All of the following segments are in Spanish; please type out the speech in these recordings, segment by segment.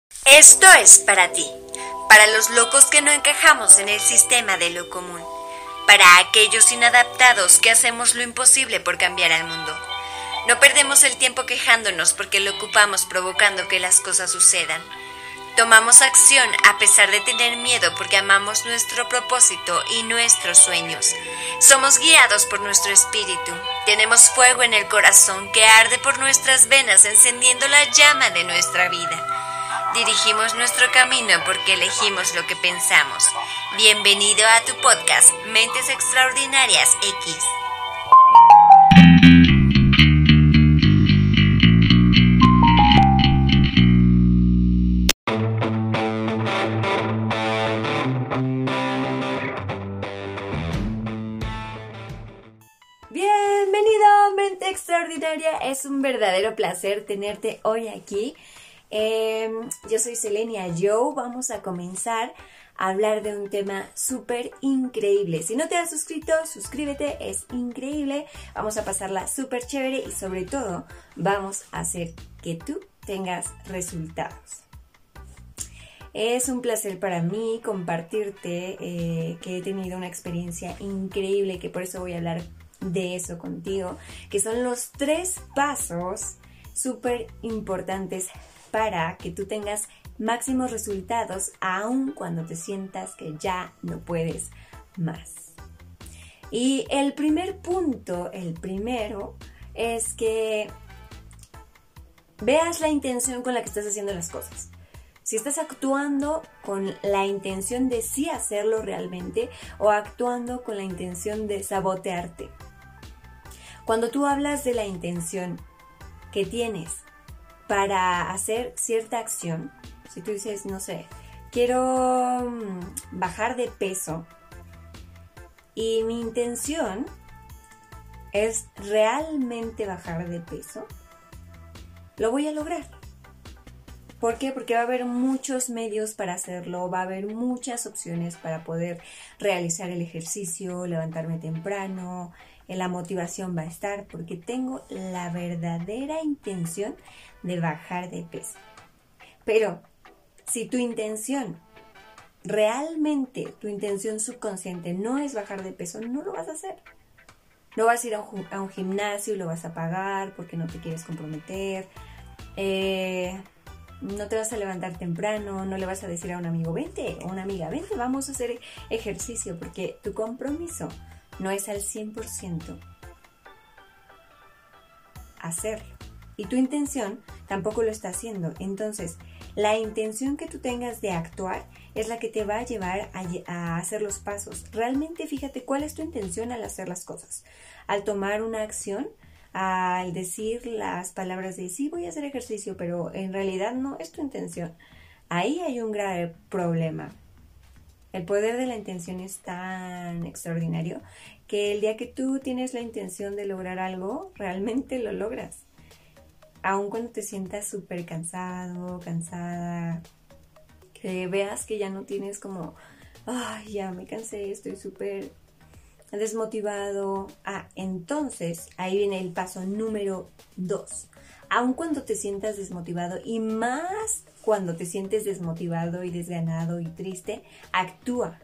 Esto es para ti, para los locos que no encajamos en el sistema de lo común, para aquellos inadaptados que hacemos lo imposible por cambiar al mundo. No perdemos el tiempo quejándonos porque lo ocupamos provocando que las cosas sucedan. Tomamos acción a pesar de tener miedo porque amamos nuestro propósito y nuestros sueños. Somos guiados por nuestro espíritu. Tenemos fuego en el corazón que arde por nuestras venas encendiendo la llama de nuestra vida. Dirigimos nuestro camino porque elegimos lo que pensamos. Bienvenido a tu podcast Mentes Extraordinarias X. Bienvenido, Mente Extraordinaria. Es un verdadero placer tenerte hoy aquí. Yo soy Selenia Joe. Vamos a comenzar a hablar de un tema súper increíble. Si no te has suscrito, suscríbete, es increíble. Vamos a pasarla súper chévere y sobre todo vamos a hacer que tú tengas resultados. Es un placer para mí compartirte que he tenido una experiencia increíble, que por eso voy a hablar de eso contigo, que son los 3 pasos súper importantes para que tú tengas máximos resultados aun cuando te sientas que ya no puedes más. Y el primer punto, el primero, es que veas la intención con la que estás haciendo las cosas. Si estás actuando con la intención de sí hacerlo realmente o actuando con la intención de sabotearte. Cuando tú hablas de la intención que tienes para hacer cierta acción, si tú dices, no sé, quiero bajar de peso y mi intención es realmente bajar de peso, lo voy a lograr. ¿Por qué? Porque va a haber muchos medios para hacerlo, va a haber muchas opciones para poder realizar el ejercicio, levantarme temprano, la motivación va a estar porque tengo la verdadera intención de bajar de peso. Pero si tu intención, realmente tu intención subconsciente no es bajar de peso, no lo vas a hacer. No vas a ir a un gimnasio y lo vas a pagar porque no te quieres comprometer. No te vas a levantar temprano, no le vas a decir a un amigo, vente, o una amiga, vente, vamos a hacer ejercicio, porque tu compromiso no es al 100% hacerlo. Y tu intención tampoco lo está haciendo. Entonces, la intención que tú tengas de actuar es la que te va a llevar a hacer los pasos. Realmente fíjate cuál es tu intención al hacer las cosas. Al tomar una acción, al decir las palabras de sí voy a hacer ejercicio, pero en realidad no es tu intención. Ahí hay un grave problema. El poder de la intención es tan extraordinario que el día que tú tienes la intención de lograr algo, realmente lo logras. Aun cuando te sientas súper cansado, cansada, que veas que ya no tienes como, ay, ya me cansé, estoy súper desmotivado. Entonces ahí viene el paso número 2. Aun cuando te sientas desmotivado y más cuando te sientes desmotivado y desganado y triste, actúa.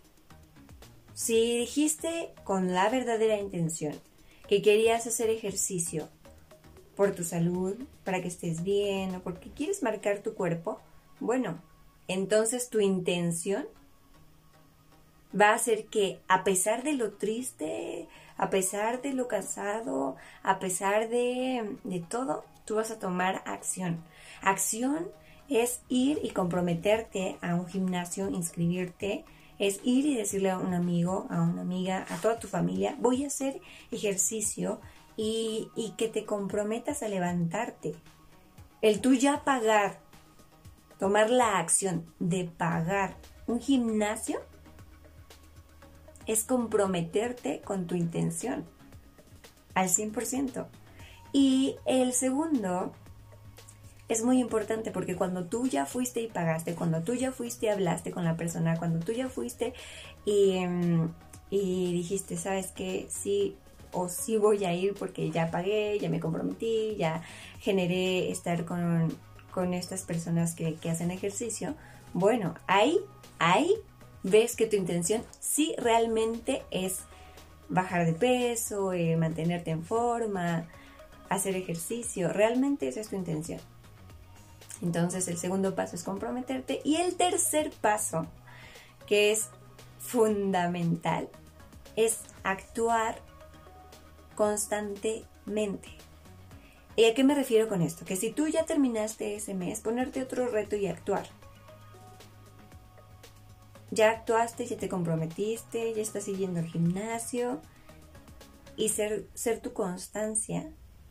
Si dijiste con la verdadera intención que querías hacer ejercicio por tu salud, para que estés bien o porque quieres marcar tu cuerpo, bueno, entonces tu intención va a hacer que a pesar de lo triste, a pesar de lo cansado, a pesar de todo, tú vas a tomar acción. Acción es ir y comprometerte a un gimnasio, inscribirte, es ir y decirle a un amigo, a una amiga, a toda tu familia, voy a hacer ejercicio y que te comprometas a levantarte. El tú ya pagar, tomar la acción de pagar un gimnasio, es comprometerte con tu intención al 100%. Y el segundo es muy importante porque cuando tú ya fuiste y pagaste, cuando tú ya fuiste y hablaste con la persona, cuando tú ya fuiste y dijiste, ¿sabes qué? Sí o sí voy a ir porque ya pagué, ya me comprometí, ya generé estar con con estas personas que hacen ejercicio, bueno, ahí ves que tu intención sí realmente es bajar de peso, mantenerte en forma, hacer ejercicio, realmente esa es tu intención. Entonces el segundo paso es comprometerte, y el tercer paso, que es fundamental, es actuar constantemente. ¿Y a qué me refiero con esto? Que si tú ya terminaste ese mes, ponerte otro reto y actuar. Ya actuaste, ya te comprometiste, ya estás siguiendo el gimnasio, y ser tu constancia,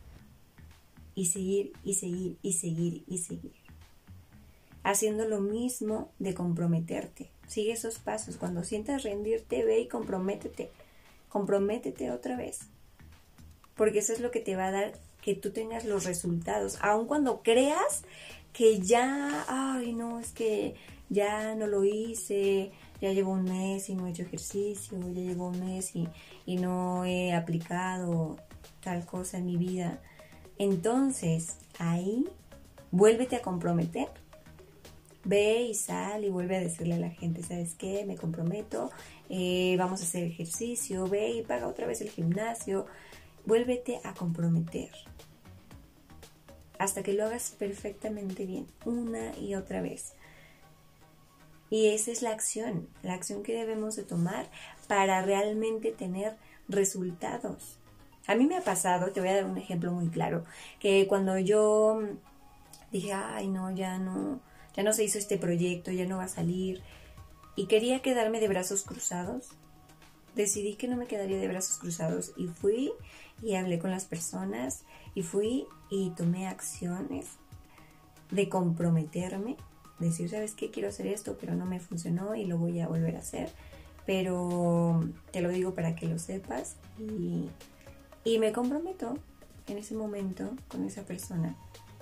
y seguir, y seguir, y seguir, y seguir. Haciendo lo mismo de comprometerte. Sigue esos pasos. Cuando sientas rendirte, ve y comprométete. Comprométete otra vez. Porque eso es lo que te va a dar que tú tengas los resultados. Aun cuando creas que ya, ay no, es que ya no lo hice, ya llevo un mes y no he hecho ejercicio, ya llevo un mes y no he aplicado tal cosa en mi vida. Entonces, ahí, vuélvete a comprometer. Ve y sal y vuelve a decirle a la gente, ¿sabes qué? Me comprometo, vamos a hacer ejercicio, ve y paga otra vez el gimnasio. Vuélvete a comprometer hasta que lo hagas perfectamente bien, una y otra vez. Y esa es la acción que debemos de tomar para realmente tener resultados. A mí me ha pasado, te voy a dar un ejemplo muy claro, que cuando yo dije, ay no, ya no se hizo este proyecto, ya no va a salir, y quería quedarme de brazos cruzados, decidí que no me quedaría de brazos cruzados, y fui y hablé con las personas, y fui y tomé acciones de comprometerme, decir, ¿sabes qué? Quiero hacer esto, pero no me funcionó y lo voy a volver a hacer, pero te lo digo para que lo sepas, y me comprometo en ese momento con esa persona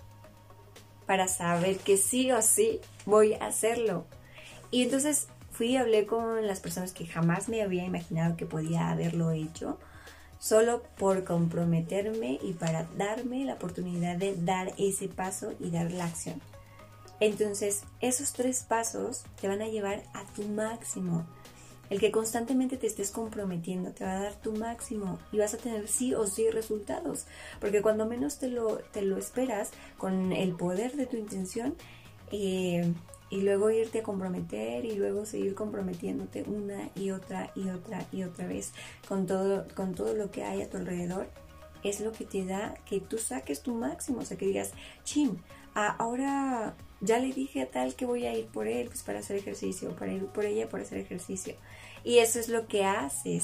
para saber que sí o sí voy a hacerlo. Y entonces fui y hablé con las personas que jamás me había imaginado que podía haberlo hecho, solo por comprometerme y para darme la oportunidad de dar ese paso y dar la acción. Entonces, esos 3 pasos te van a llevar a tu máximo. El que constantemente te estés comprometiendo te va a dar tu máximo y vas a tener sí o sí resultados. Porque cuando menos te lo esperas, con el poder de tu intención, y luego irte a comprometer y luego seguir comprometiéndote una y otra y otra y otra vez con todo lo que hay a tu alrededor, es lo que te da que tú saques tu máximo. O sea, que digas, chin, ahora ya le dije a tal que voy a ir por él, pues para hacer ejercicio, para ir por ella para hacer ejercicio. Y eso es lo que haces.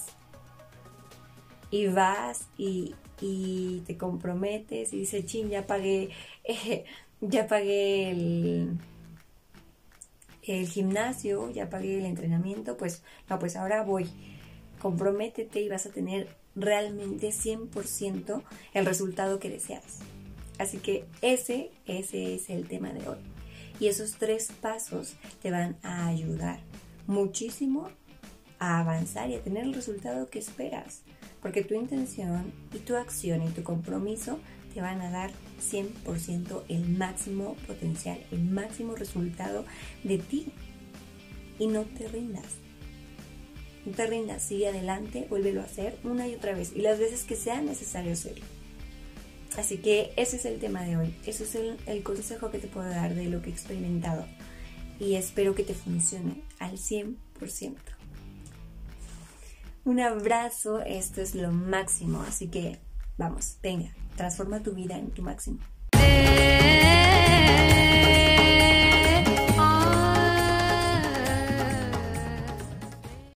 Y vas y te comprometes y dices, chin, ya pagué el gimnasio, ya pagué el entrenamiento, pues no, pues ahora voy. Comprométete y vas a tener realmente 100% el resultado que deseas. Así que ese es el tema de hoy. Y esos 3 pasos te van a ayudar muchísimo a avanzar y a tener el resultado que esperas. Porque tu intención y tu acción y tu compromiso te van a dar 100% el máximo potencial, el máximo resultado de ti. Y no te rindas. No te rindas, sigue adelante, vuélvelo a hacer una y otra vez y las veces que sea necesario hacerlo. Así que ese es el tema de hoy. Ese es el consejo que te puedo dar de lo que he experimentado. Y espero que te funcione al 100%. Un abrazo, esto es lo máximo. Así que vamos, venga, transforma tu vida en tu máximo.